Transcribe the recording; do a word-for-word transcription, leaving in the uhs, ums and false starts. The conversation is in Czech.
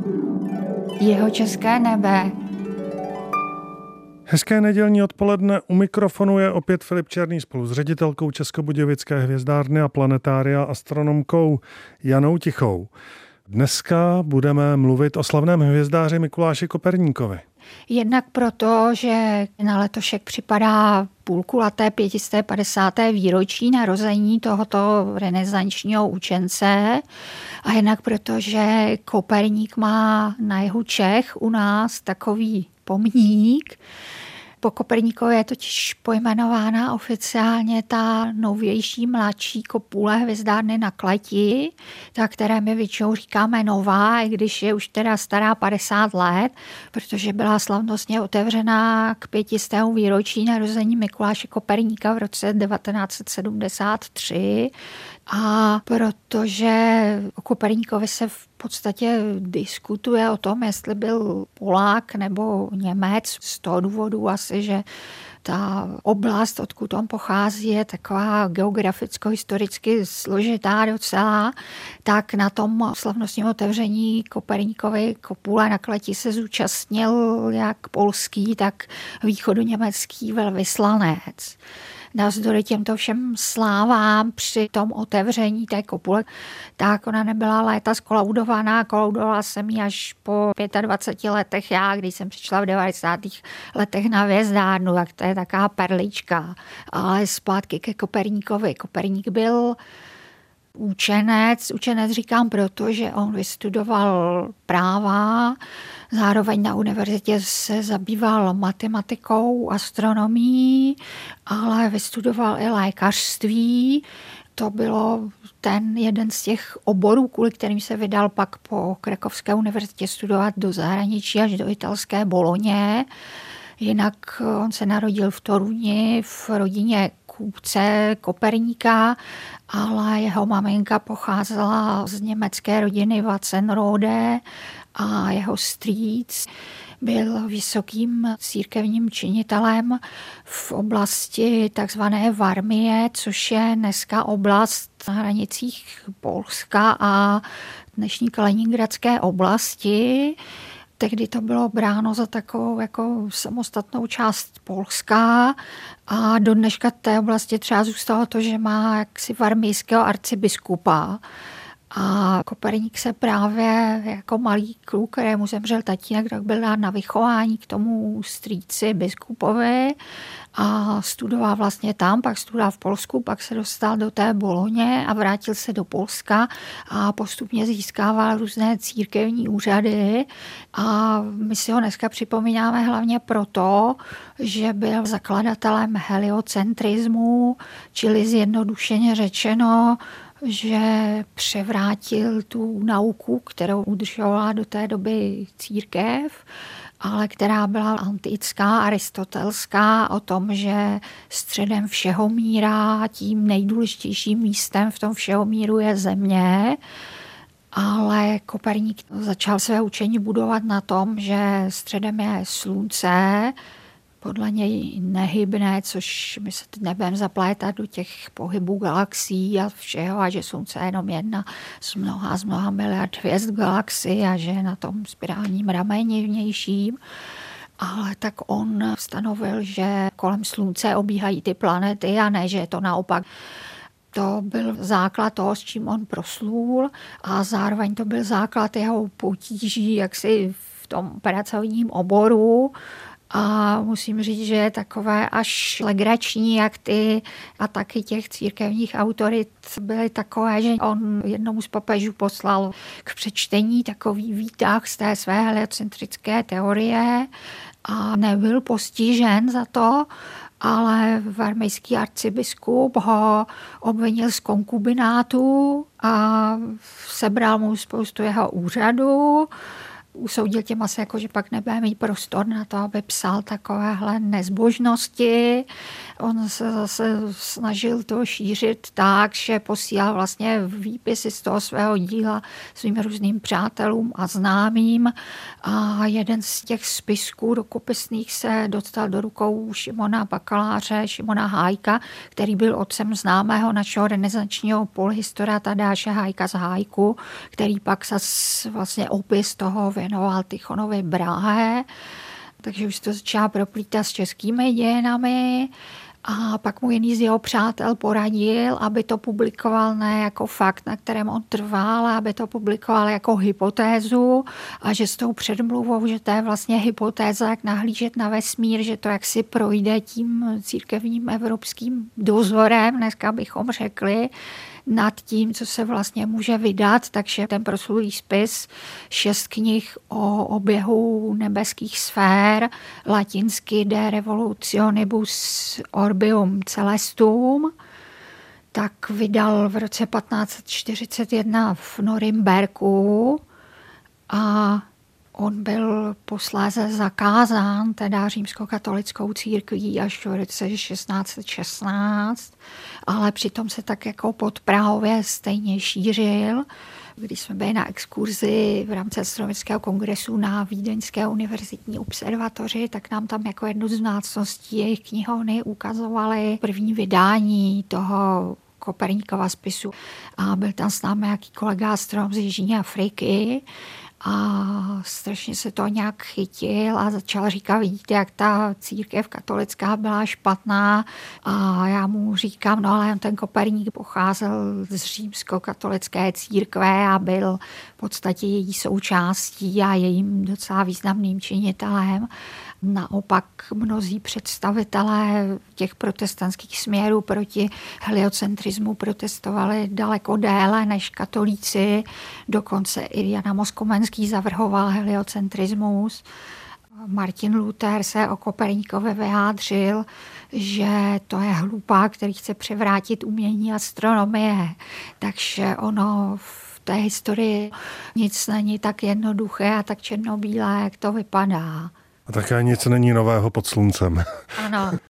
Jihočeské nebe. Hezké nedělní odpoledne, u mikrofonu je opět Filip Černý spolu s ředitelkou Českobudějovické hvězdárny a planetária astronomkou Janou Tichou. Dneska budeme mluvit o slavném hvězdáři Mikuláši Koperníkovi. Jednak proto, že na letošek připadá půlkulaté pět set padesáté výročí narození tohoto renesančního učence a jednak proto, že Koperník má na jihu Čech u nás takový pomník. Po Koperníkově je totiž pojmenována oficiálně ta novější mladší kopule hvězdárny na Kleti, ta, které my většinou říkáme nová, i když je už teda stará padesát let, protože byla slavnostně otevřená k pětistému výročí narození Mikuláše Koperníka v roce devatenáct set sedmdesát tři. A protože o Koperníkovi se v podstatě diskutuje o tom, jestli byl Polák nebo Němec, z toho důvodu asi, že ta oblast, odkud on pochází, je taková geograficko-historicky složitá docela, tak na tom slavnostním otevření Koperníkovy kopule na Kleti se zúčastnil jak polský, tak východoněmecký velvyslanec. Navzdory těmto všem slávám při tom otevření té kopule, tak ona nebyla léta skolaudovaná, kolaudovala jsem ji až po dvaceti pěti letech já, když jsem přišla v devadesátých letech na hvězdárnu, tak to je taková perlička. Ale zpátky ke Koperníkovi. Koperník byl učenec, učenec říkám proto, že on vystudoval práva, zároveň na univerzitě se zabýval matematikou, astronomií, ale vystudoval i lékařství. To bylo ten jeden z těch oborů, kvůli kterým se vydal pak po Krakovské univerzitě studovat do zahraničí až do italské Boloně. Jinak on se narodil v Toruni v rodině kupce Koperníka, ale jeho maminka pocházela z německé rodiny Vacsenrode a jeho strýc byl vysokým církevním činitelem v oblasti takzvané Varmie, což je dneska oblast na hranicích Polska a dnešní Kaliningradské oblasti. Tehdy to bylo bráno za takovou jako samostatnou část Polska a do dneška té oblasti třeba zůstalo to, že má jaksi varmijského arcibiskupa. A Koperník se právě jako malý kluk, kterému zemřel tatínek, tak byl dán na vychování k tomu strýci biskupovi a studoval vlastně tam, pak studoval v Polsku, pak se dostal do té Boloně a vrátil se do Polska a postupně získával různé církevní úřady a my si ho dneska připomínáme hlavně proto, že byl zakladatelem heliocentrismu, čili zjednodušeně řečeno, že převrátil tu nauku, kterou udržovala do té doby církev, ale která byla antická, aristotelská, o tom, že středem všeho míra, tím nejdůležitějším místem v tom všeho míru je země. Ale Koperník začal své učení budovat na tom, že středem je slunce, podle něj nehybné, což my se teď nebudeme zaplétat do těch pohybů galaxií a všeho, a že slunce je jenom jedna z mnoha, z mnoha miliard hvězd galaxií a že je na tom spirálním rameni vnějším. Ale tak on stanovil, že kolem slunce obíhají ty planety a ne, že je to naopak. To byl základ toho, s čím on proslul a zároveň to byl základ jeho potíží jaksi v tom pracovním oboru. A musím říct, že je takové až legrační, jak ty ataky těch církevních autorit byly takové, že on jednomu z papežů poslal k přečtení takový výtah z té své heliocentrické teorie a nebyl postižen za to, ale varmejský arcibiskup ho obvinil z konkubinátu a sebral mu spoustu jeho úřadu. usoudil tím asi, jako, že pak nebude mít prostor na to, aby psal takovéhle nezbožnosti. On se zase snažil to šířit tak, že posílal vlastně výpisy z toho svého díla svým různým přátelům a známým. A jeden z těch spisků rukopisných se dostal do rukou Šimona Bakaláře, Šimona Hájka, který byl otcem známého našeho renesančního polhistora Tadeáše Hájka z Hájku, který pak zase vlastně opis toho věnoval Tichonovi Brahe. Takže už to začala proplítat s českými dějinami. A pak mu jiný z jeho přátel poradil, aby to publikoval ne jako fakt, na kterém on trval, ale aby to publikoval jako hypotézu a že s tou předmluvou, že to je vlastně hypotéza, jak nahlížet na vesmír, že to jaksi projde tím církevním evropským dozorem, dneska bychom řekli, nad tím, co se vlastně může vydat, takže ten proslulý spis, šest knih o oběhu nebeských sfér, latinsky De Revolutionibus Orbium Celestum, tak vydal v roce patnáct čtyřicet jedna v Norimberku a on byl posléze zakázán teda římskokatolickou církví až v roce šestnáct set šestnáct, ale přitom se tak jako podprahově stejně šířil. Když jsme byli na exkurzi v rámci astronomického kongresu na Vídeňské univerzitní observatoři, tak nám tam jako jednu z vzácností jejich knihovny ukazovali první vydání toho Koperníkova spisu. A byl tam s námi jaký kolega astronom z Jižní Afriky, a strašně se to nějak chytil a začal říkat, vidíte, jak ta církev katolická byla špatná. A já mu říkám, no ale ten Koperník pocházel z římskokatolické církve a byl v podstatě její součástí a jejím docela významným činitelem. Naopak mnozí představitelé těch protestantských směrů proti heliocentrismu protestovali daleko déle než katolíci. Dokonce i Jan Amos Komenský zavrhoval heliocentrismus. Martin Luther se o Koperníkovi vyjádřil, že to je hlupák, který chce převrátit umění astronomie. Takže ono v té historii nic není tak jednoduché a tak černobílé, jak to vypadá. A také nic není nového pod sluncem. Ano.